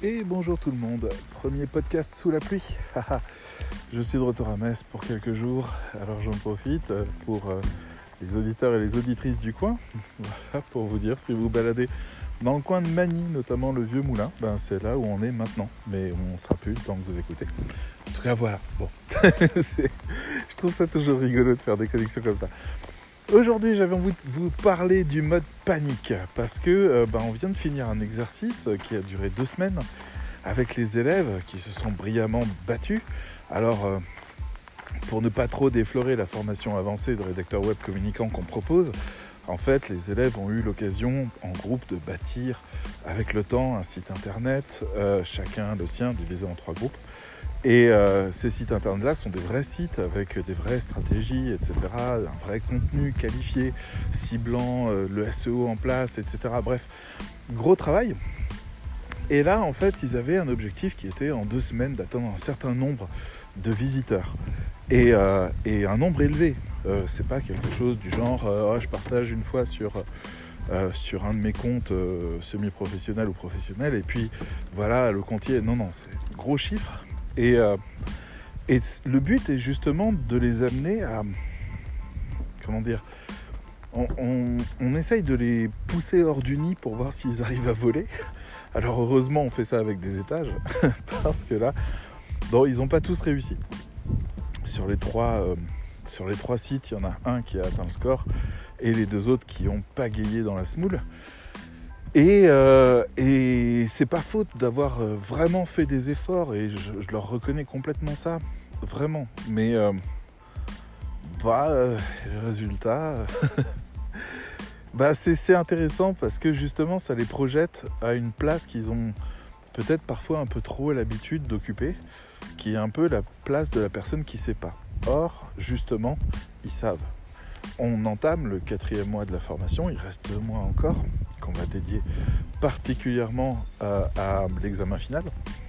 Et bonjour tout le monde, premier podcast sous la pluie. Je suis de retour à Metz pour quelques jours, alors j'en profite pour les auditeurs et les auditrices du coin, voilà, pour vous dire, si vous vous baladez dans le coin de Magny, notamment le Vieux Moulin, c'est là où on est maintenant, mais on ne sera plus le temps que vous écoutez. En tout cas voilà, bon, je trouve ça toujours rigolo de faire des connexions comme ça. Aujourd'hui, j'avais envie de vous parler du mode panique parce que on vient de finir un exercice qui a duré 2 semaines avec les élèves qui se sont brillamment battus. Alors, pour ne pas trop déflorer la formation avancée de rédacteur web communicant qu'on propose, en fait, les élèves ont eu l'occasion en groupe de bâtir avec le temps un site internet, chacun le sien, divisé en 3 groupes. Et ces sites internet-là sont des vrais sites avec des vraies stratégies, etc., un vrai contenu qualifié, ciblant le SEO en place, etc. Bref, gros travail. Et là, en fait, ils avaient un objectif qui était en 2 semaines d'atteindre un certain nombre de visiteurs. Et un nombre élevé. C'est pas quelque chose du genre je partage une fois sur un de mes comptes semi-professionnel ou professionnel, et puis voilà, le comptier. Non, c'est gros chiffres. Et le but est justement de les amener à, on essaye de les pousser hors du nid pour voir s'ils arrivent à voler. Alors heureusement on fait ça avec des étages, parce que là, ils n'ont pas tous réussi. Sur les 3 sites, il y en a un qui a atteint le score, et les 2 autres qui ont pagayé dans la semoule. Et c'est pas faute d'avoir vraiment fait des efforts, et je leur reconnais complètement ça, vraiment. Mais le résultat, c'est intéressant parce que justement ça les projette à une place qu'ils ont peut-être parfois un peu trop l'habitude d'occuper, qui est un peu la place de la personne qui sait pas. Or, justement, ils savent. On entame le 4e mois de la formation, il reste 2 mois encore, qu'on va dédier particulièrement à l'examen final,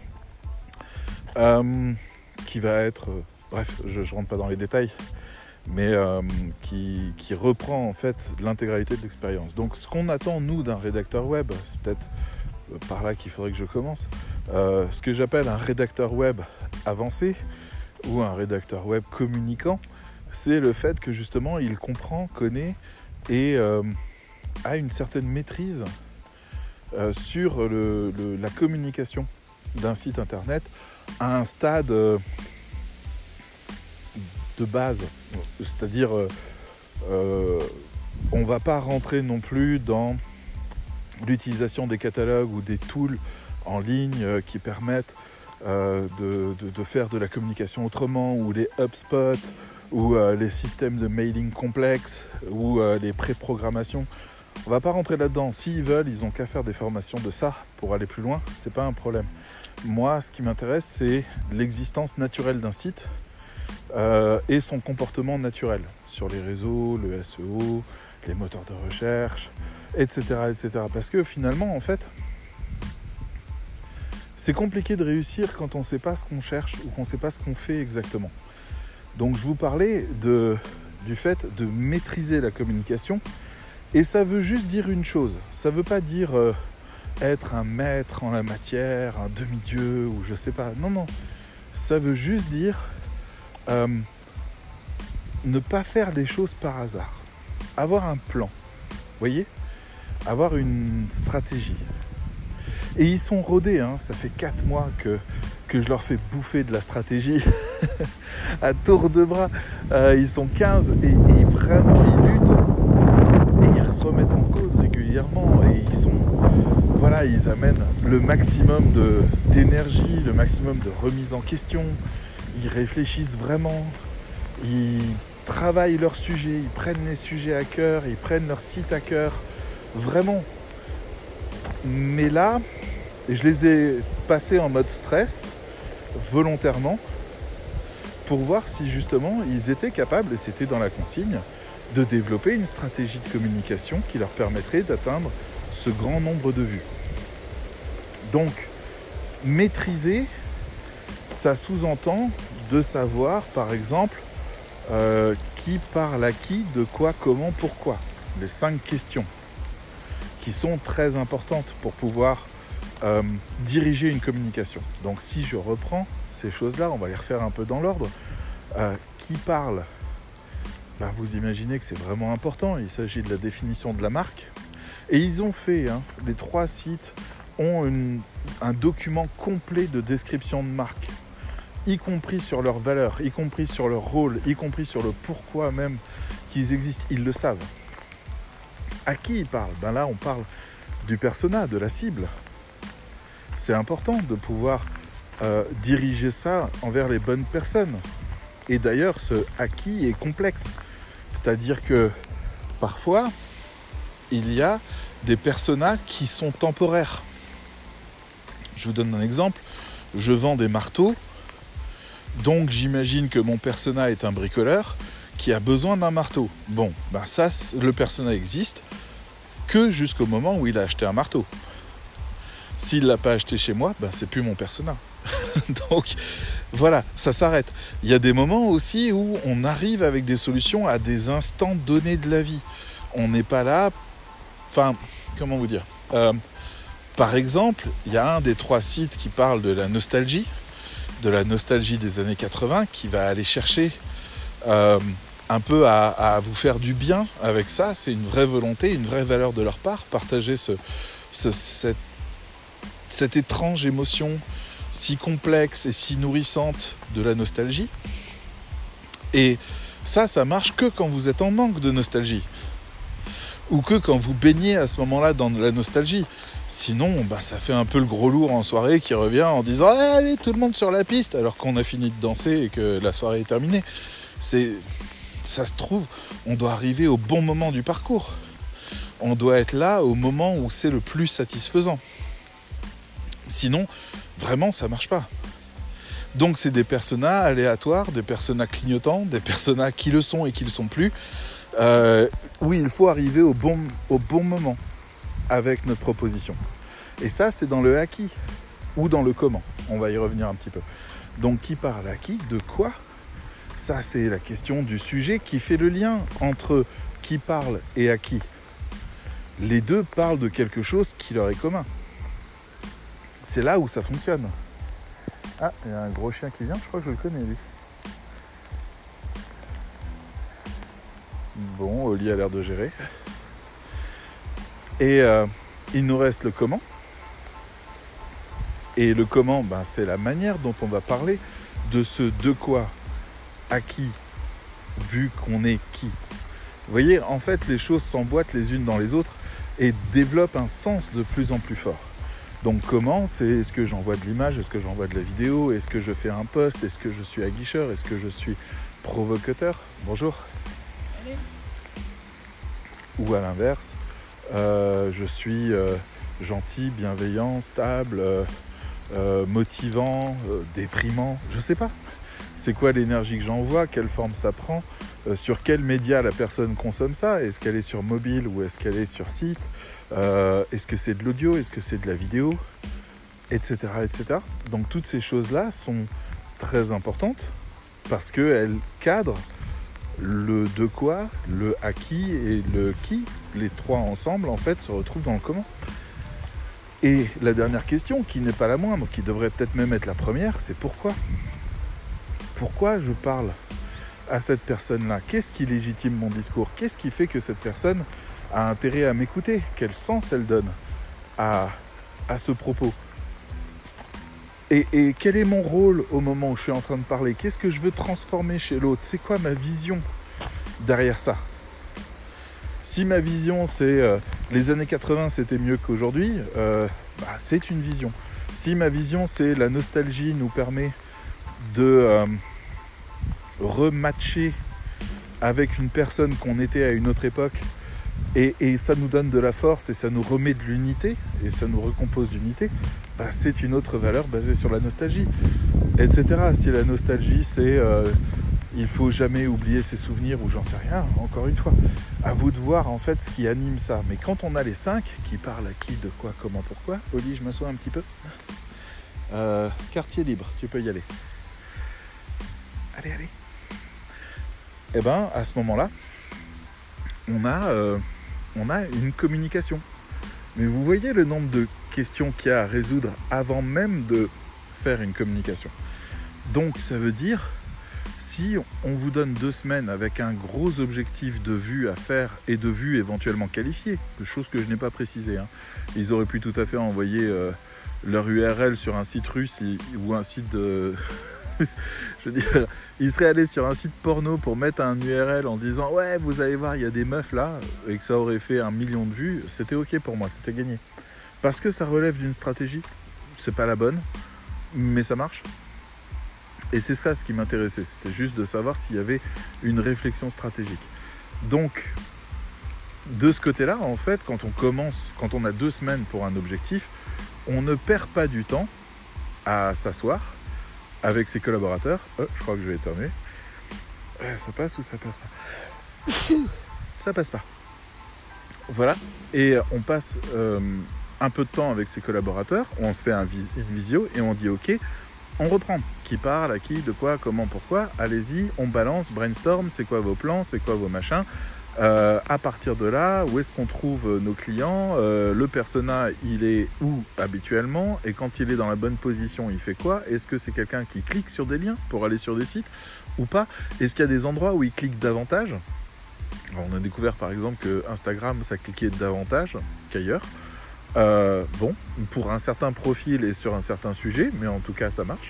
qui va être, je ne rentre pas dans les détails, mais qui reprend en fait l'intégralité de l'expérience. Donc ce qu'on attend nous d'un rédacteur web, c'est peut-être par là qu'il faudrait que je commence, ce que j'appelle un rédacteur web avancé ou un rédacteur web communicant, c'est le fait que justement il comprend, connaît et a une certaine maîtrise sur la communication d'un site internet à un stade de base. C'est-à-dire, on ne va pas rentrer non plus dans l'utilisation des catalogues ou des tools en ligne qui permettent de faire de la communication autrement, ou les HubSpot, ou les systèmes de mailing complexes, ou les pré-programmations. On va pas rentrer là-dedans. S'ils veulent, ils ont qu'à faire des formations de ça pour aller plus loin, c'est pas un problème. Moi, ce qui m'intéresse, c'est l'existence naturelle d'un site et son comportement naturel sur les réseaux, le SEO, les moteurs de recherche, etc., etc. Parce que finalement, en fait, c'est compliqué de réussir quand on ne sait pas ce qu'on cherche ou qu'on ne sait pas ce qu'on fait exactement. Donc je vous parlais du fait de maîtriser la communication, et ça veut juste dire une chose. Ça ne veut pas dire être un maître en la matière, un demi-dieu ou je sais pas. Non. Ça veut juste dire ne pas faire les choses par hasard. Avoir un plan, voyez ? Avoir une stratégie. Et ils sont rodés, ça fait 4 mois que je leur fais bouffer de la stratégie à tour de bras. Ils sont 15 et vraiment ils luttent et ils se remettent en cause régulièrement, et ils amènent le maximum d'énergie, le maximum de remise en question. Ils réfléchissent vraiment, ils travaillent leurs sujets, ils prennent les sujets à cœur, ils prennent leur site à cœur, vraiment. Mais là, je les ai passés en mode stress, volontairement, pour voir si justement ils étaient capables, et c'était dans la consigne, de développer une stratégie de communication qui leur permettrait d'atteindre ce grand nombre de vues. Donc, maîtriser, ça sous-entend de savoir, par exemple, qui parle à qui, de quoi, comment, pourquoi. Les 5 questions qui sont très importantes pour pouvoir diriger une communication. Donc si je reprends ces choses-là, on va les refaire un peu dans l'ordre. Qui parle ? Vous imaginez que c'est vraiment important. Il s'agit de la définition de la marque. Et ils ont fait, les 3 sites ont un document complet de description de marque, y compris sur leurs valeurs, y compris sur leur rôle, y compris sur le pourquoi même qu'ils existent. Ils le savent. À qui ils parlent ? Là, on parle du persona, de la cible. C'est important de pouvoir diriger ça envers les bonnes personnes. Et d'ailleurs, ce « à qui » est complexe. C'est-à-dire que parfois, il y a des personas qui sont temporaires. Je vous donne un exemple. Je vends des marteaux, donc j'imagine que mon persona est un bricoleur qui a besoin d'un marteau. Ça, le persona existe que jusqu'au moment où il a acheté un marteau. S'il ne l'a pas acheté chez moi, c'est plus mon persona. Donc voilà, ça s'arrête. Il y a des moments aussi où on arrive avec des solutions à des instants donnés de la vie. On n'est pas là... comment vous dire ? Par exemple, il y a un des 3 sites qui parle de la nostalgie des années 80, qui va aller chercher un peu à vous faire du bien avec ça. C'est une vraie volonté, une vraie valeur de leur part, partager cette étrange émotion si complexe et si nourrissante de la nostalgie. Et ça marche que quand vous êtes en manque de nostalgie, ou que quand vous baignez à ce moment-là dans la nostalgie. Sinon, ça fait un peu le gros lourd en soirée qui revient en disant « Allez, tout le monde sur la piste !» alors qu'on a fini de danser et que la soirée est terminée. Ça se trouve, on doit arriver au bon moment du parcours. On doit être là au moment où c'est le plus satisfaisant. Sinon, vraiment, ça marche pas. Donc, c'est des personas aléatoires, des personas clignotants, des personas qui le sont et qui le sont plus, où il faut arriver au bon moment avec notre proposition. Et ça, c'est dans le « à qui » ou dans le « comment ». On va y revenir un petit peu. Donc, qui parle à qui ? De quoi ? Ça, c'est la question du sujet qui fait le lien entre qui parle et à qui. Les deux parlent de quelque chose qui leur est commun. C'est là où ça fonctionne. Ah, il y a un gros chien qui vient, je crois que je le connais, lui. Bon, Oli a l'air de gérer. Et il nous reste le comment. Et le comment, c'est la manière dont on va parler de ce de quoi, à qui, vu qu'on est qui. Vous voyez, en fait, les choses s'emboîtent les unes dans les autres et développent un sens de plus en plus fort. Donc comment, c'est est-ce que j'envoie de l'image, est-ce que j'envoie de la vidéo, est-ce que je fais un post, est-ce que je suis aguicheur, est-ce que je suis provocateur ? Bonjour. Allez. Ou à l'inverse, je suis gentil, bienveillant, stable, motivant, déprimant, je sais pas. C'est quoi l'énergie que j'envoie, quelle forme ça prend, sur quel média la personne consomme ça, est-ce qu'elle est sur mobile ou est-ce qu'elle est sur site, est-ce que c'est de l'audio, est-ce que c'est de la vidéo, etc., etc. Donc toutes ces choses-là sont très importantes parce qu'elles cadrent le de quoi, le à qui et le qui, les 3 ensemble en fait se retrouvent dans le comment. Et la dernière question, qui n'est pas la moindre, qui devrait peut-être même être la première, c'est pourquoi ? Pourquoi je parle à cette personne-là ? Qu'est-ce qui légitime mon discours ? Qu'est-ce qui fait que cette personne a intérêt à m'écouter ? Quel sens elle donne à ce propos ? Et quel est mon rôle au moment où je suis en train de parler ? Qu'est-ce que je veux transformer chez l'autre ? C'est quoi ma vision derrière ça ? Si ma vision c'est les années 80 c'était mieux qu'aujourd'hui, c'est une vision. Si ma vision c'est la nostalgie nous permet de rematcher avec une personne qu'on était à une autre époque et ça nous donne de la force et ça nous remet de l'unité et ça nous recompose d'unité, c'est une autre valeur basée sur la nostalgie, etc. Si la nostalgie c'est il faut jamais oublier ses souvenirs ou j'en sais rien, encore une fois, à vous de voir en fait ce qui anime ça. Mais quand on a les 5 qui parlent à qui, de quoi, comment, pourquoi, Oli, je m'assois un petit peu. Quartier libre, tu peux y aller. Allez. Et à ce moment-là, on a une communication. Mais vous voyez le nombre de questions qu'il y a à résoudre avant même de faire une communication. Donc ça veut dire, si on vous donne 2 semaines avec un gros objectif de vues à faire et de vues éventuellement qualifiées, chose que je n'ai pas précisé, ils auraient pu tout à fait envoyer leur URL sur un site russe ou un site de... je veux dire, ils seraient allés sur un site porno pour mettre un URL en disant « Ouais, vous allez voir, il y a des meufs là » et que ça aurait fait 1 million de vues, c'était ok pour moi, c'était gagné. Parce que ça relève d'une stratégie, c'est pas la bonne, mais ça marche. Et c'est ça ce qui m'intéressait, c'était juste de savoir s'il y avait une réflexion stratégique. Donc, de ce côté-là, en fait, quand on a 2 semaines pour un objectif, on ne perd pas du temps à s'asseoir avec ses collaborateurs. Je crois que je vais éternuer. Ça passe ou ça passe pas? Ça passe pas. Voilà. Et on passe un peu de temps avec ses collaborateurs, on se fait une visio et on dit ok, on reprend. Qui parle, à qui, de quoi, comment, pourquoi, allez-y, on balance, brainstorm, c'est quoi vos plans, c'est quoi vos machins. À partir de là, où est-ce qu'on trouve nos clients, le persona, il est où habituellement, et quand il est dans la bonne position, il fait quoi? Est-ce que c'est quelqu'un qui clique sur des liens pour aller sur des sites ou pas? Est-ce qu'il y a des endroits où il clique davantage? Alors, on a découvert par exemple que Instagram, ça cliquait davantage qu'ailleurs. Bon, pour un certain profil et sur un certain sujet, mais en tout cas ça marche.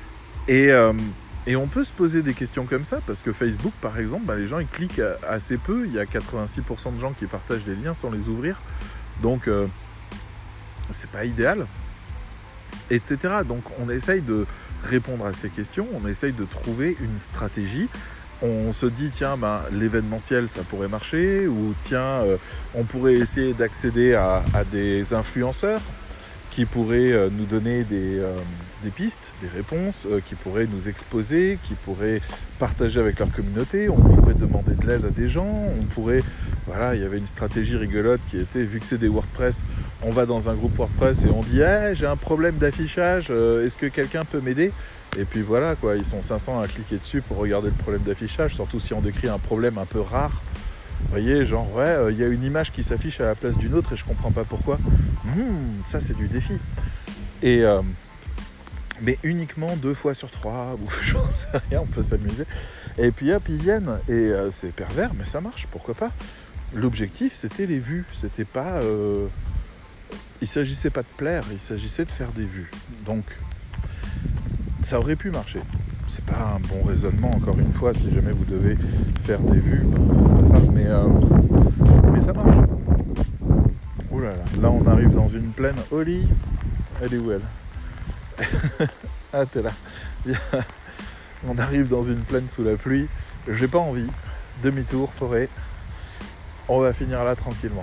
Et on peut se poser des questions comme ça, parce que Facebook par exemple, les gens ils cliquent assez peu, il y a 86% de gens qui partagent des liens sans les ouvrir, donc c'est pas idéal, etc. Donc on essaye de répondre à ces questions, on essaye de trouver une stratégie. On se dit, tiens, l'événementiel, ça pourrait marcher, ou tiens, on pourrait essayer d'accéder à des influenceurs qui pourraient nous donner des pistes, des réponses, qui pourraient nous exposer, qui pourraient partager avec leur communauté, on pourrait demander de l'aide à des gens, on pourrait... Voilà, il y avait une stratégie rigolote qui était, vu que c'est des WordPress, on va dans un groupe WordPress et on dit hey, « j'ai un problème d'affichage, est-ce que quelqu'un peut m'aider ?» Et puis voilà, quoi, ils sont 500 à cliquer dessus pour regarder le problème d'affichage, surtout si on décrit un problème un peu rare. Vous voyez, genre, ouais, y a une image qui s'affiche à la place d'une autre et je comprends pas pourquoi. Ça, c'est du défi. Et... mais uniquement 2 fois sur 3, ou j'en sais rien, on peut s'amuser. Et puis hop, ils viennent, et c'est pervers, mais ça marche, pourquoi pas. L'objectif, c'était les vues, c'était pas... il s'agissait pas de plaire, il s'agissait de faire des vues. Donc, ça aurait pu marcher. C'est pas un bon raisonnement, encore une fois, si jamais vous devez faire des vues, faites pas ça, mais ça marche. Ouh là là, là on arrive dans une plaine. Oli, elle est où elle? Ah, t'es là. On arrive dans une plaine sous la pluie. J'ai pas envie. Demi-tour, forêt. On va finir là tranquillement.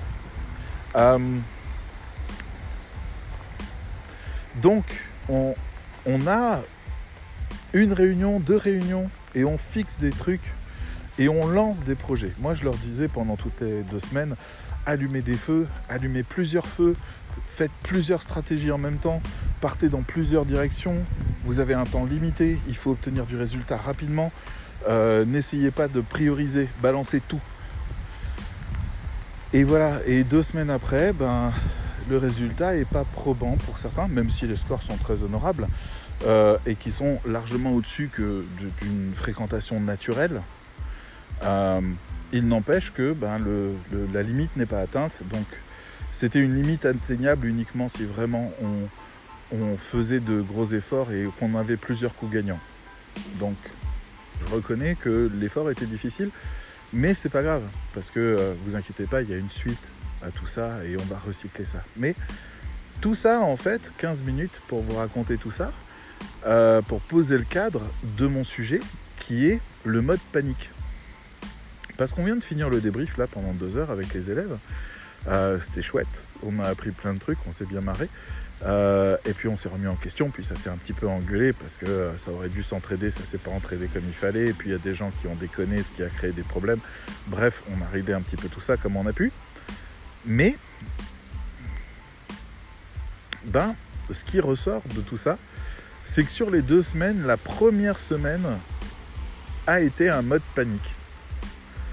Donc, on a une réunion, 2 réunions, et on fixe des trucs, et on lance des projets. Moi, je leur disais pendant toutes les 2 semaines, allumez des feux, allumez plusieurs feux, faites plusieurs stratégies en même temps, partez dans plusieurs directions, vous avez un temps limité, il faut obtenir du résultat rapidement, n'essayez pas de prioriser, balancez tout. Et voilà, et 2 semaines après, le résultat n'est pas probant pour certains, même si les scores sont très honorables, et qui sont largement au-dessus que d'une fréquentation naturelle. Il n'empêche que la limite n'est pas atteinte, donc c'était une limite atteignable uniquement si vraiment on faisait de gros efforts et qu'on avait plusieurs coups gagnants. Donc je reconnais que l'effort était difficile, mais c'est pas grave, parce que vous inquiétez pas, il y a une suite à tout ça et on va recycler ça. Mais tout ça, en fait, 15 minutes pour vous raconter tout ça, pour poser le cadre de mon sujet qui est le mode panique. Parce qu'on vient de finir le débrief là pendant 2 heures avec les élèves. C'était chouette, on a appris plein de trucs, on s'est bien marré. Et puis on s'est remis en question, puis ça s'est un petit peu engueulé parce que ça aurait dû s'entraider, ça s'est pas entraidé comme il fallait. Et puis il y a des gens qui ont déconné, ce qui a créé des problèmes. Bref, on a réglé un petit peu tout ça comme on a pu. Mais, ce qui ressort de tout ça, c'est que sur les 2 semaines, la première semaine a été un mode panique.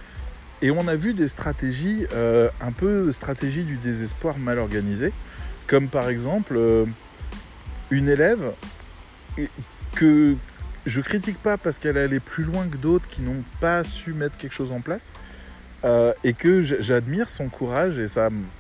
Et on a vu des stratégies, un peu stratégie du désespoir mal organisée, Comme par exemple, une élève que je critique pas parce qu'elle est allée plus loin que d'autres qui n'ont pas su mettre quelque chose en place, et que j'admire son courage et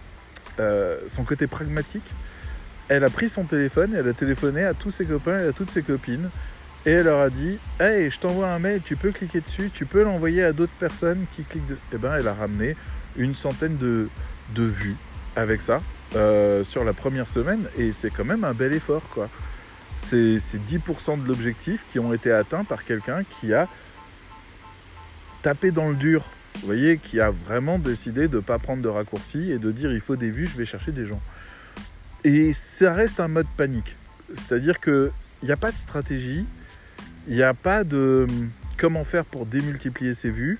son côté pragmatique. Elle a pris son téléphone et elle a téléphoné à tous ses copains et à toutes ses copines et elle leur a dit « Hey, je t'envoie un mail, tu peux cliquer dessus, tu peux l'envoyer à d'autres personnes qui cliquent dessus. » Et ben, elle a ramené une centaine de vues avec ça sur la première semaine et c'est quand même un bel effort, quoi. C'est 10% de l'objectif qui ont été atteints par quelqu'un qui a tapé dans le dur. Vous voyez, qui a vraiment décidé de ne pas prendre de raccourcis et de dire il faut des vues, je vais chercher des gens. Et ça reste un mode panique. C'est-à-dire qu'il n'y a pas de stratégie, il n'y a pas de comment faire pour démultiplier ses vues,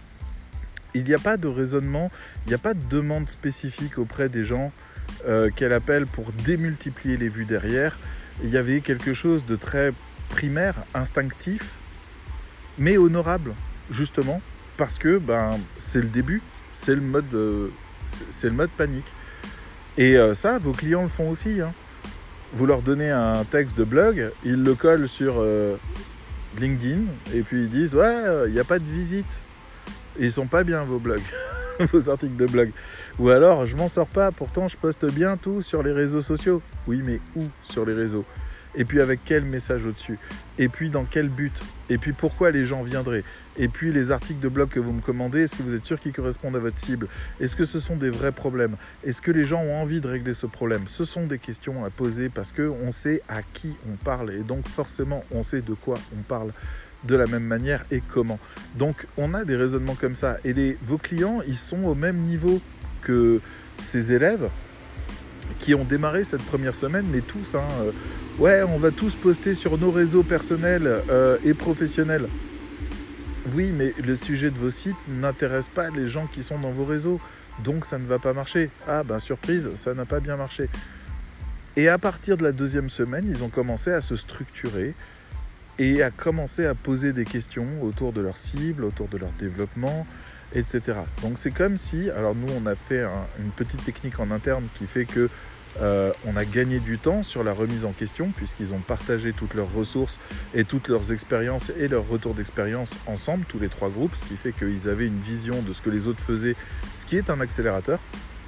il n'y a pas de raisonnement, il n'y a pas de demande spécifique auprès des gens qu'elle appelle pour démultiplier les vues derrière. Il y avait quelque chose de très primaire, instinctif, mais honorable, justement, parce que c'est le début, c'est le mode panique. Et ça, vos clients le font aussi. Hein. Vous leur donnez un texte de blog, ils le collent sur LinkedIn, et puis ils disent « Ouais, il n'y a pas de visite. » Et ils sont pas bien, vos blogs, vos articles de blog. Ou alors, je m'en sors pas, pourtant je poste bien tout sur les réseaux sociaux. Oui, mais où sur les réseaux ? Et puis avec quel message au-dessus ? Et puis dans quel but ? Et puis pourquoi les gens viendraient ? Et puis les articles de blog que vous me commandez, est-ce que vous êtes sûr qu'ils correspondent à votre cible ? Est-ce que ce sont des vrais problèmes ? Est-ce que les gens ont envie de régler ce problème ? Ce sont des questions à poser parce qu'on sait à qui on parle et donc forcément on sait de quoi on parle de la même manière et comment. Donc on a des raisonnements comme ça et vos clients, ils sont au même niveau que ces élèves qui ont démarré cette première semaine, mais tous, ouais, on va tous poster sur nos réseaux personnels et professionnels. Oui, mais le sujet de vos sites n'intéresse pas les gens qui sont dans vos réseaux, donc ça ne va pas marcher. Ah ben surprise, ça n'a pas bien marché. Et à partir de la deuxième semaine, ils ont commencé à se structurer et à commencer à poser des questions autour de leur cible, autour de leur développement, etc. Donc c'est comme si, alors nous on a fait une petite technique en interne qui fait que on a gagné du temps sur la remise en question puisqu'ils ont partagé toutes leurs ressources et toutes leurs expériences et leurs retours d'expérience ensemble, tous les trois groupes, ce qui fait qu'ils avaient une vision de ce que les autres faisaient, ce qui est un accélérateur.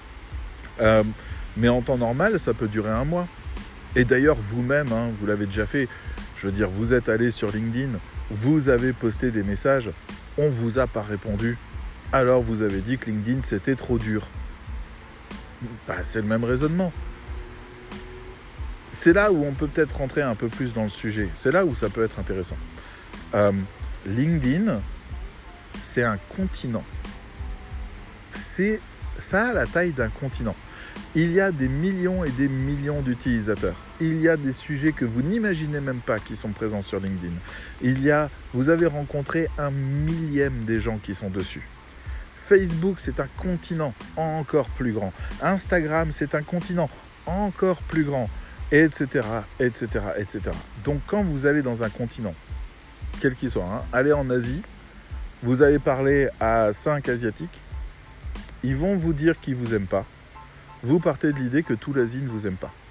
Mais en temps normal, ça peut durer 1 mois. Et d'ailleurs, vous-même, vous l'avez déjà fait. Je veux dire, vous êtes allé sur LinkedIn, vous avez posté des messages, on ne vous a pas répondu. Alors vous avez dit que LinkedIn, c'était trop dur. C'est le même raisonnement. C'est là où on peut peut-être rentrer un peu plus dans le sujet. C'est là où ça peut être intéressant. LinkedIn, c'est un continent. Ça a la taille d'un continent. Il y a des millions et des millions d'utilisateurs. Il y a des sujets que vous n'imaginez même pas qui sont présents sur LinkedIn. Vous avez rencontré 1/1000 des gens qui sont dessus. Facebook, c'est un continent encore plus grand. Instagram, c'est un continent encore plus grand, etc., etc., etc. Donc, quand vous allez dans un continent, quel qu'il soit, allez en Asie, vous allez parler à 5 Asiatiques, ils vont vous dire qu'ils ne vous aiment pas. Vous partez de l'idée que tout l'Asie ne vous aime pas.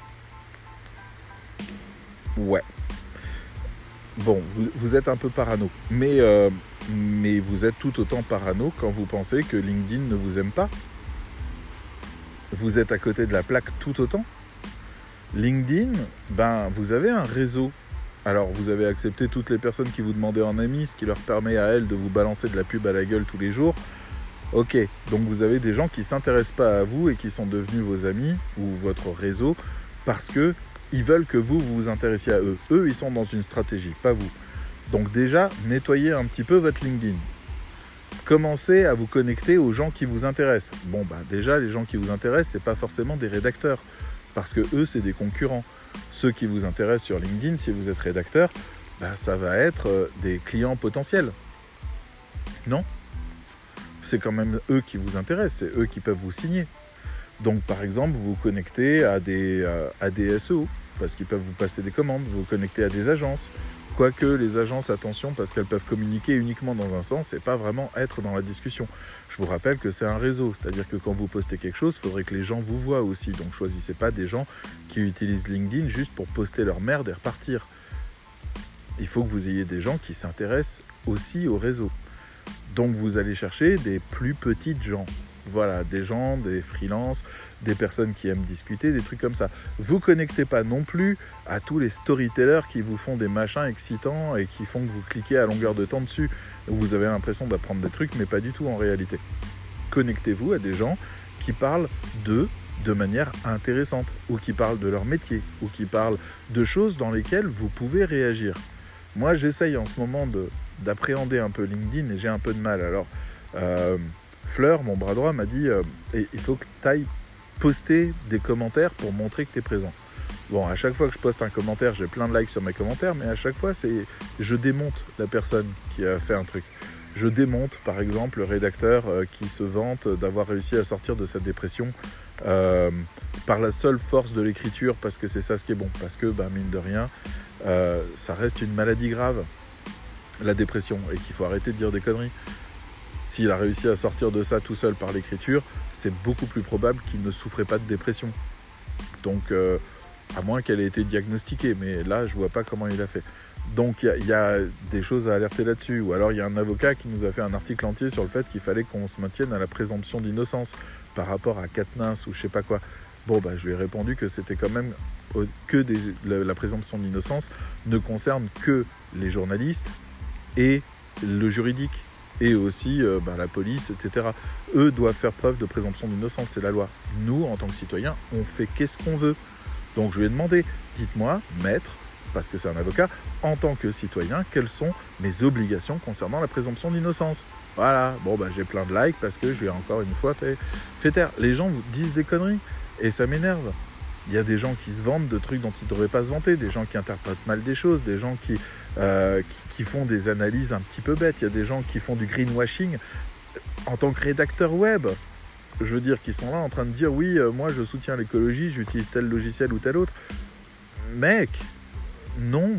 Ouais. Bon, vous êtes un peu parano, mais vous êtes tout autant parano quand vous pensez que LinkedIn ne vous aime pas. Vous êtes à côté de la plaque tout autant. LinkedIn, vous avez un réseau. Alors, vous avez accepté toutes les personnes qui vous demandaient en ami, ce qui leur permet à elles de vous balancer de la pub à la gueule tous les jours. Ok, donc vous avez des gens qui ne s'intéressent pas à vous et qui sont devenus vos amis ou votre réseau parce qu'ils veulent que vous vous intéressiez à eux. Eux, ils sont dans une stratégie, pas vous. Donc déjà, nettoyez un petit peu votre LinkedIn. Commencez à vous connecter aux gens qui vous intéressent. Bon, déjà, les gens qui vous intéressent, ce n'est pas forcément des rédacteurs parce que eux, c'est des concurrents. Ceux qui vous intéressent sur LinkedIn, si vous êtes rédacteur, ça va être des clients potentiels. Non ? C'est quand même eux qui vous intéressent, c'est eux qui peuvent vous signer. Donc par exemple, vous vous connectez à des SEO, parce qu'ils peuvent vous passer des commandes, vous vous connectez à des agences, Quoique les agences, attention, parce qu'elles peuvent communiquer uniquement dans un sens et pas vraiment être dans la discussion. Je vous rappelle que c'est un réseau, c'est-à-dire que quand vous postez quelque chose, il faudrait que les gens vous voient aussi. Donc choisissez pas des gens qui utilisent LinkedIn juste pour poster leur merde et repartir. Il faut que vous ayez des gens qui s'intéressent aussi au réseau. Donc vous allez chercher des plus petites gens. Voilà, des gens, des freelances, des personnes qui aiment discuter, des trucs comme ça. Vous connectez pas non plus à tous les storytellers qui vous font des machins excitants et qui font que vous cliquez à longueur de temps dessus. Où vous avez l'impression d'apprendre des trucs, mais pas du tout en réalité. Connectez-vous à des gens qui parlent d'eux de manière intéressante, ou qui parlent de leur métier, ou qui parlent de choses dans lesquelles vous pouvez réagir. Moi, j'essaye en ce moment d'appréhender un peu LinkedIn et j'ai un peu de mal. Alors, Fleur, mon bras droit, m'a dit il faut que tu ailles poster des commentaires pour montrer que tu es présent. Bon, à chaque fois que je poste un commentaire, j'ai plein de likes sur mes commentaires, mais à chaque fois, je démonte la personne qui a fait un truc. Je démonte, par exemple, le rédacteur qui se vante d'avoir réussi à sortir de sa dépression par la seule force de l'écriture, parce que c'est ça ce qui est bon. Parce que, mine de rien, ça reste une maladie grave, la dépression, et qu'il faut arrêter de dire des conneries. S'il a réussi à sortir de ça tout seul par l'écriture, c'est beaucoup plus probable qu'il ne souffrait pas de dépression. Donc, à moins qu'elle ait été diagnostiquée, mais là, je vois pas comment il a fait. Donc, il y a des choses à alerter là-dessus. Ou alors, il y a un avocat qui nous a fait un article entier sur le fait qu'il fallait qu'on se maintienne à la présomption d'innocence par rapport à Katniss ou je sais pas quoi. Bon, je lui ai répondu que c'était quand même la présomption d'innocence ne concerne que les journalistes et le juridique. Et aussi la police, etc. Eux doivent faire preuve de présomption d'innocence, c'est la loi. Nous, en tant que citoyens, on fait qu'est-ce qu'on veut. Donc je lui ai demandé, dites-moi, maître, parce que c'est un avocat, en tant que citoyen, quelles sont mes obligations concernant la présomption d'innocence. Voilà, j'ai plein de likes parce que je lui ai encore une fois fait taire. Les gens vous disent des conneries et ça m'énerve. Il y a des gens qui se vantent de trucs dont ils ne devraient pas se vanter, des gens qui interprètent mal des choses, des gens qui font des analyses un petit peu bêtes, il y a des gens qui font du greenwashing en tant que rédacteur web. Je veux dire, qui sont là en train de dire oui, moi je soutiens l'écologie, j'utilise tel logiciel ou tel autre. Mec, non.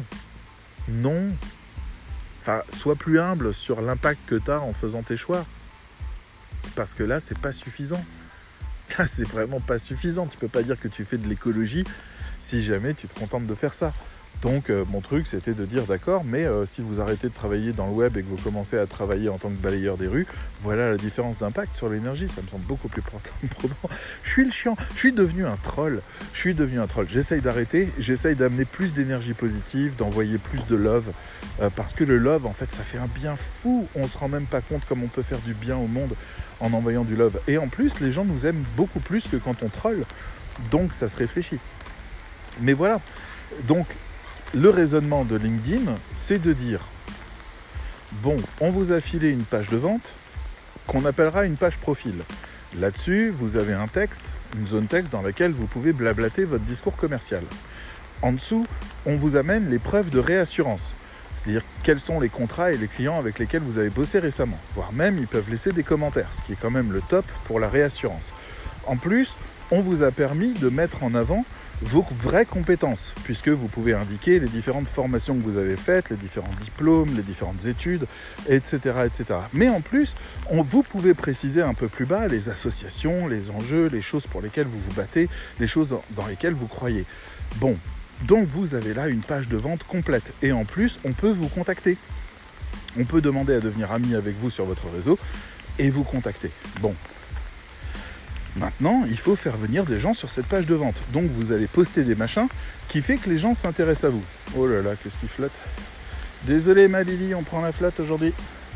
Enfin, sois plus humble sur l'impact que tu as en faisant tes choix. Parce que là, c'est pas suffisant. Là, c'est vraiment pas suffisant. Tu peux pas dire que tu fais de l'écologie si jamais tu te contentes de faire ça. Donc, mon truc, c'était de dire d'accord, mais si vous arrêtez de travailler dans le web et que vous commencez à travailler en tant que balayeur des rues, voilà la différence d'impact sur l'énergie. Ça me semble beaucoup plus probant. Je suis le chiant. Je suis devenu un troll. J'essaye d'arrêter. J'essaye d'amener plus d'énergie positive, d'envoyer plus de love. Parce que le love, en fait, ça fait un bien fou. On se rend même pas compte comme on peut faire du bien au monde en envoyant du love. Et en plus, les gens nous aiment beaucoup plus que quand on troll. Donc, ça se réfléchit. Mais voilà. Donc, le raisonnement de LinkedIn, c'est de dire bon, on vous a filé une page de vente qu'on appellera une page profil. Là-dessus, vous avez un texte, une zone texte dans laquelle vous pouvez blablater votre discours commercial. En dessous, on vous amène les preuves de réassurance, c'est-à-dire quels sont les contrats et les clients avec lesquels vous avez bossé récemment. Voire même, ils peuvent laisser des commentaires, ce qui est quand même le top pour la réassurance. En plus, on vous a permis de mettre en avant vos vraies compétences, puisque vous pouvez indiquer les différentes formations que vous avez faites, les différents diplômes, les différentes études, etc. etc. Mais en plus, vous pouvez préciser un peu plus bas les associations, les enjeux, les choses pour lesquelles vous vous battez, les choses dans lesquelles vous croyez. Bon, donc vous avez là une page de vente complète. Et en plus, on peut vous contacter. On peut demander à devenir ami avec vous sur votre réseau et vous contacter. Bon. Maintenant, il faut faire venir des gens sur cette page de vente. Donc, vous allez poster des machins qui fait que les gens s'intéressent à vous. Oh là là, qu'est-ce qui flotte. Désolé, ma Lily, on prend la flotte aujourd'hui.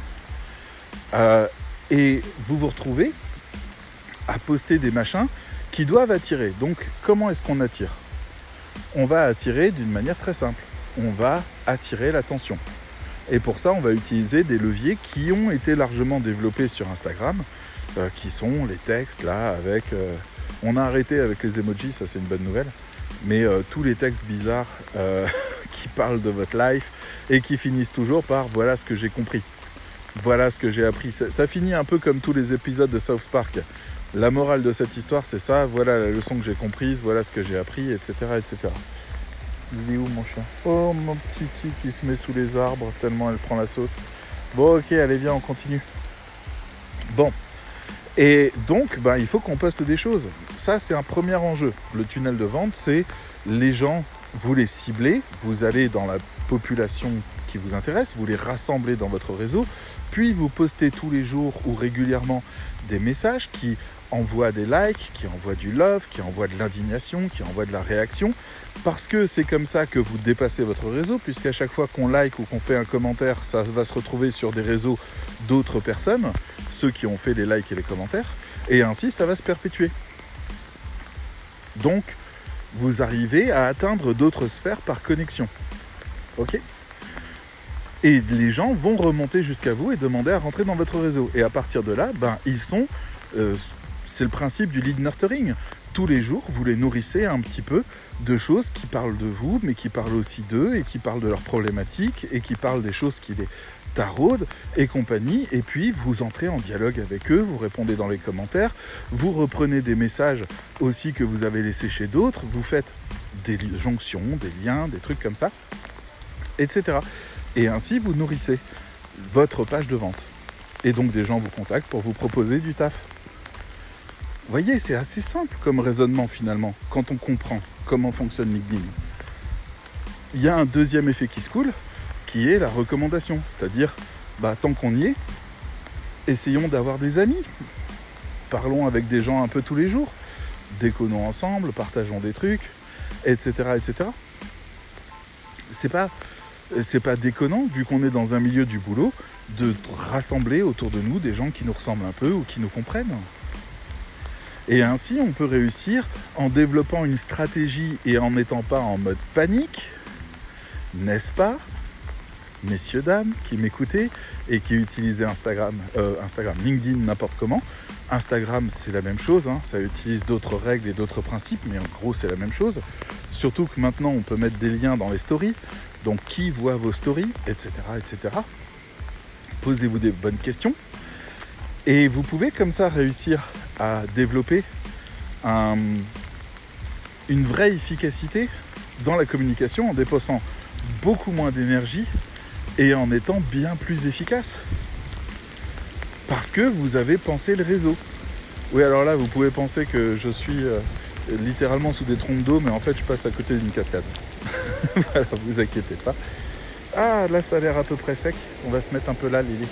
Et vous vous retrouvez à poster des machins qui doivent attirer. Donc, comment est-ce qu'on attire ? On va attirer d'une manière très simple. On va attirer l'attention. Et pour ça, on va utiliser des leviers qui ont été largement développés sur Instagram, qui sont les textes là avec on a arrêté avec les emojis, ça c'est une bonne nouvelle, mais tous les textes bizarres qui parlent de votre life et qui finissent toujours par voilà ce que j'ai compris, voilà ce que j'ai appris. Ça finit un peu comme tous les épisodes de South Park. La morale de cette histoire, c'est ça, voilà la leçon que j'ai comprise, voilà ce que j'ai appris, etc. etc. Il est où mon chien? Oh, mon petit truc qui se met sous les arbres tellement elle prend la sauce. Bon, ok, allez, viens, on continue. Bon. Et donc, il faut qu'on poste des choses. Ça, c'est un premier enjeu. Le tunnel de vente, c'est les gens, vous les ciblez, vous allez dans la population qui vous intéresse, vous les rassemblez dans votre réseau, puis vous postez tous les jours ou régulièrement des messages qui envoient des likes, qui envoient du love, qui envoient de l'indignation, qui envoient de la réaction, parce que c'est comme ça que vous dépassez votre réseau, puisqu'à chaque fois qu'on like ou qu'on fait un commentaire, ça va se retrouver sur des réseaux d'autres personnes, ceux qui ont fait les likes et les commentaires, et ainsi ça va se perpétuer. Donc, vous arrivez à atteindre d'autres sphères par connexion. Ok ? Et les gens vont remonter jusqu'à vous et demander à rentrer dans votre réseau. Et à partir de là, ils sont... c'est le principe du lead nurturing. Tous les jours, vous les nourrissez un petit peu de choses qui parlent de vous, mais qui parlent aussi d'eux, et qui parlent de leurs problématiques, et qui parlent des choses qui les taraudent, et compagnie. Et puis, vous entrez en dialogue avec eux, vous répondez dans les commentaires, vous reprenez des messages aussi que vous avez laissés chez d'autres, vous faites des jonctions, des liens, des trucs comme ça, etc. Et ainsi, vous nourrissez votre page de vente. Et donc, des gens vous contactent pour vous proposer du taf. Vous voyez, c'est assez simple comme raisonnement finalement, quand on comprend comment fonctionne LinkedIn. Il y a un deuxième effet qui se coule, qui est la recommandation. C'est-à-dire, tant qu'on y est, essayons d'avoir des amis. Parlons avec des gens un peu tous les jours. Déconnons ensemble, partageons des trucs, etc. etc. C'est pas déconnant, vu qu'on est dans un milieu du boulot, de rassembler autour de nous des gens qui nous ressemblent un peu ou qui nous comprennent. Et ainsi, on peut réussir en développant une stratégie et en n'étant pas en mode panique, n'est-ce pas, messieurs, dames, qui m'écoutez et qui utilisez Instagram, LinkedIn, n'importe comment. Instagram, c'est la même chose, ça utilise d'autres règles et d'autres principes, mais en gros, c'est la même chose. Surtout que maintenant, on peut mettre des liens dans les stories, donc qui voit vos stories, etc., etc. Posez-vous des bonnes questions. Et vous pouvez comme ça réussir à développer une vraie efficacité dans la communication en dépensant beaucoup moins d'énergie et en étant bien plus efficace. Parce que vous avez pensé le réseau. Oui, alors là, vous pouvez penser que je suis littéralement sous des trompes d'eau, mais en fait, je passe à côté d'une cascade. Voilà, vous inquiétez pas. Ah, là, ça a l'air à peu près sec. On va se mettre un peu là, Lily.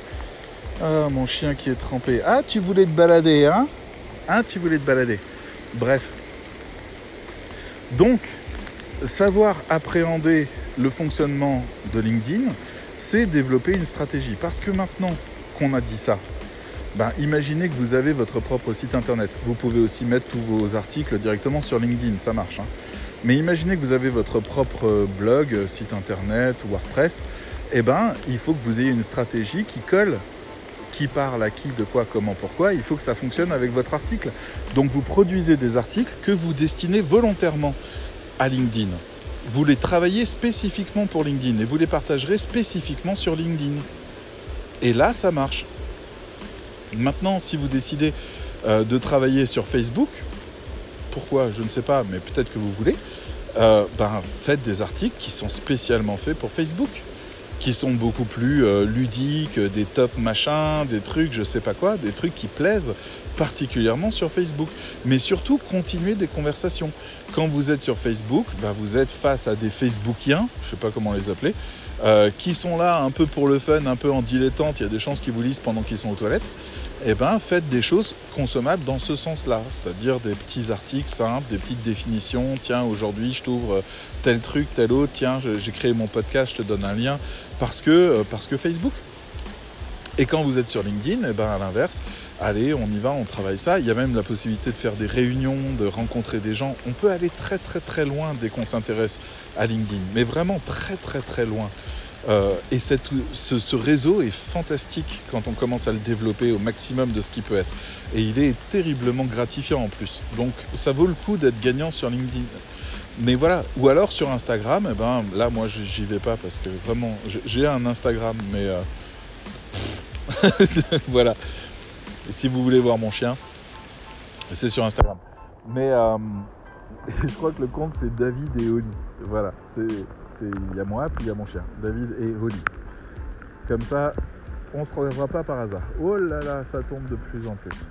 Ah, mon chien qui est trempé. Ah, tu voulais te balader, hein ? Tu voulais te balader. Bref. Donc, savoir appréhender le fonctionnement de LinkedIn, c'est développer une stratégie. Parce que maintenant qu'on a dit ça, imaginez que vous avez votre propre site internet. Vous pouvez aussi mettre tous vos articles directement sur LinkedIn, ça marche. Mais imaginez que vous avez votre propre blog, site internet, WordPress. Il faut que vous ayez une stratégie qui colle. Qui parle à qui, de quoi, comment, pourquoi, il faut que ça fonctionne avec votre article. Donc vous produisez des articles que vous destinez volontairement à LinkedIn. Vous les travaillez spécifiquement pour LinkedIn et vous les partagerez spécifiquement sur LinkedIn. Et là, ça marche. Maintenant, si vous décidez de travailler sur Facebook, pourquoi, je ne sais pas, mais peut-être que vous voulez, faites des articles qui sont spécialement faits pour Facebook, qui sont beaucoup plus ludiques, des top machins, des trucs, je sais pas quoi, des trucs qui plaisent particulièrement sur Facebook. Mais surtout, continuez des conversations. Quand vous êtes sur Facebook, vous êtes face à des Facebookiens, je sais pas comment les appeler, qui sont là un peu pour le fun, un peu en dilettante, il y a des chances qu'ils vous lisent pendant qu'ils sont aux toilettes. Faites des choses consommables dans ce sens-là, c'est-à-dire des petits articles simples, des petites définitions. Tiens, aujourd'hui, je t'ouvre tel truc, tel autre. Tiens, j'ai créé mon podcast, je te donne un lien parce que Facebook. Et quand vous êtes sur LinkedIn, à l'inverse, allez, on y va, on travaille ça. Il y a même la possibilité de faire des réunions, de rencontrer des gens. On peut aller très, très, très loin dès qu'on s'intéresse à LinkedIn, mais vraiment très, très, très loin. Et ce réseau est fantastique quand on commence à le développer au maximum de ce qu'il peut être. Et il est terriblement gratifiant en plus. Donc ça vaut le coup d'être gagnant sur LinkedIn. Mais voilà, ou alors sur Instagram, là moi j'y vais pas parce que vraiment, j'ai un Instagram, mais voilà. Et si vous voulez voir mon chien, c'est sur Instagram. Mais Et je crois que le compte c'est David et Oli. Voilà, il y a moi, puis il y a mon chien, David et Oli. Comme ça, on ne se reverra pas par hasard. Oh là là, ça tombe de plus en plus.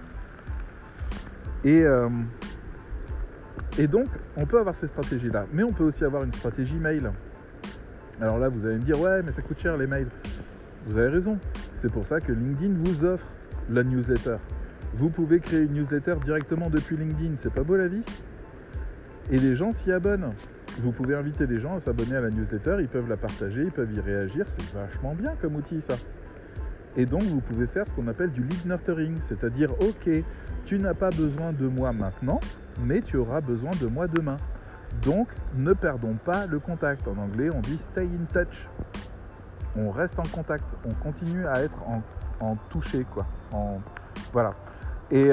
Et donc, on peut avoir ces stratégies-là, mais on peut aussi avoir une stratégie mail. Alors là, vous allez me dire, ouais, mais ça coûte cher les mails. Vous avez raison. C'est pour ça que LinkedIn vous offre la newsletter. Vous pouvez créer une newsletter directement depuis LinkedIn. C'est pas beau la vie ? Et les gens s'y abonnent. Vous pouvez inviter les gens à s'abonner à la newsletter, ils peuvent la partager, ils peuvent y réagir. C'est vachement bien comme outil, ça. Et donc, vous pouvez faire ce qu'on appelle du lead nurturing, c'est-à-dire, ok, tu n'as pas besoin de moi maintenant, mais tu auras besoin de moi demain. Donc, ne perdons pas le contact. En anglais, on dit stay in touch. On reste en contact, on continue à être en touché, quoi. Voilà. Et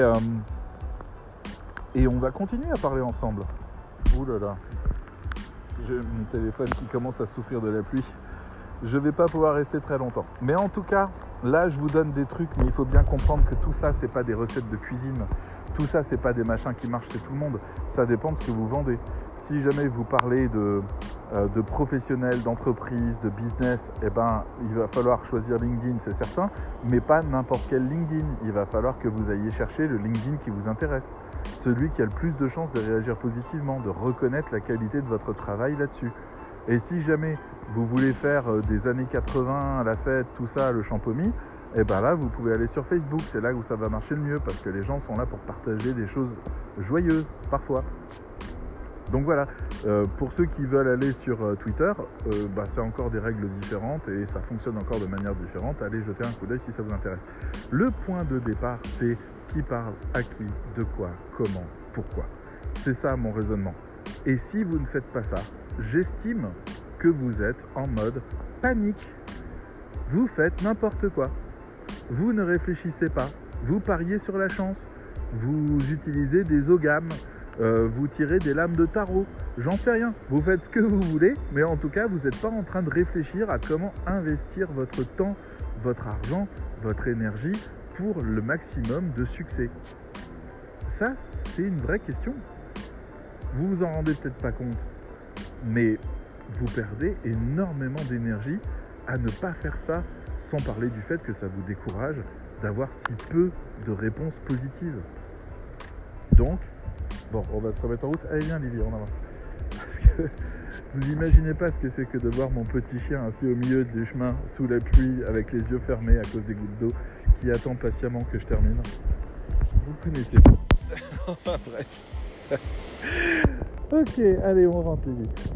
on va continuer à parler ensemble. Ouh là là. J'ai mon téléphone qui commence à souffrir de la pluie. Je ne vais pas pouvoir rester très longtemps. Mais en tout cas, là, je vous donne des trucs, mais il faut bien comprendre que tout ça, c'est pas des recettes de cuisine. Tout ça, c'est pas des machins qui marchent chez tout le monde. Ça dépend de ce que vous vendez. Si jamais vous parlez de professionnels, d'entreprise, de business, eh ben, il va falloir choisir LinkedIn, c'est certain, mais pas n'importe quel LinkedIn. Il va falloir que vous ayez chercher le LinkedIn qui vous intéresse. Celui qui a le plus de chances de réagir positivement, de reconnaître la qualité de votre travail là-dessus. Et si jamais vous voulez faire des années 80, la fête, tout ça, le champomis, et ben là, vous pouvez aller sur Facebook. C'est là où ça va marcher le mieux parce que les gens sont là pour partager des choses joyeuses, parfois. Donc voilà, pour ceux qui veulent aller sur Twitter, c'est encore des règles différentes et ça fonctionne encore de manière différente. Allez jeter un coup d'œil si ça vous intéresse. Le point de départ, c'est qui parle, à qui, de quoi, comment, pourquoi. C'est ça mon raisonnement. Et si vous ne faites pas ça, j'estime que vous êtes en mode panique. Vous faites n'importe quoi. Vous ne réfléchissez pas. Vous pariez sur la chance. Vous utilisez des ogames. Vous tirez des lames de tarot, j'en sais rien. Vous faites ce que vous voulez, mais en tout cas, vous n'êtes pas en train de réfléchir à comment investir votre temps, votre argent, votre énergie pour le maximum de succès. Ça, c'est une vraie question. Vous vous en rendez peut-être pas compte, mais vous perdez énormément d'énergie à ne pas faire ça, sans parler du fait que ça vous décourage d'avoir si peu de réponses positives. Donc, bon, on va se remettre en route. Allez, viens Lily, on avance. Parce que vous imaginez pas ce que c'est que de voir mon petit chien assis au milieu du chemin, sous la pluie, avec les yeux fermés à cause des gouttes d'eau, qui attend patiemment que je termine. Vous connaissez pas. Bref. Ok, allez, on rentre vite.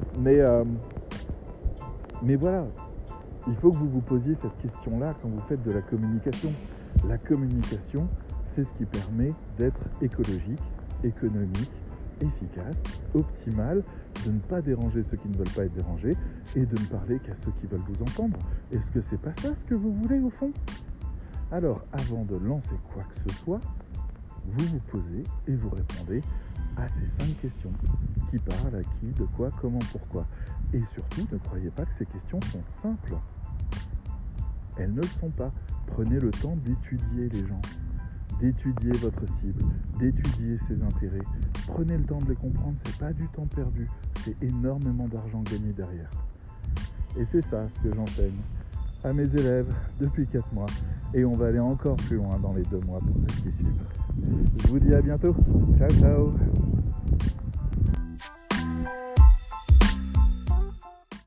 Mais voilà, il faut que vous vous posiez cette question-là quand vous faites de la communication. La communication, c'est ce qui permet d'être écologique, économique, efficace, optimal, de ne pas déranger ceux qui ne veulent pas être dérangés et de ne parler qu'à ceux qui veulent vous entendre. Est-ce que c'est pas ça ce que vous voulez au fond ? Alors, avant de lancer quoi que ce soit, vous vous posez et vous répondez à ces 5 questions. Qui parle, à qui, de quoi, comment, pourquoi. Et surtout, ne croyez pas que ces questions sont simples. Elles ne le sont pas. Prenez le temps d'étudier les gens, d'étudier votre cible, d'étudier ses intérêts. Prenez le temps de les comprendre, c'est pas du temps perdu, c'est énormément d'argent gagné derrière. Et c'est ça ce que j'enseigne à mes élèves depuis 4 mois. Et on va aller encore plus loin dans les 2 mois pour ceux qui suivent. Je vous dis à bientôt. Ciao, ciao.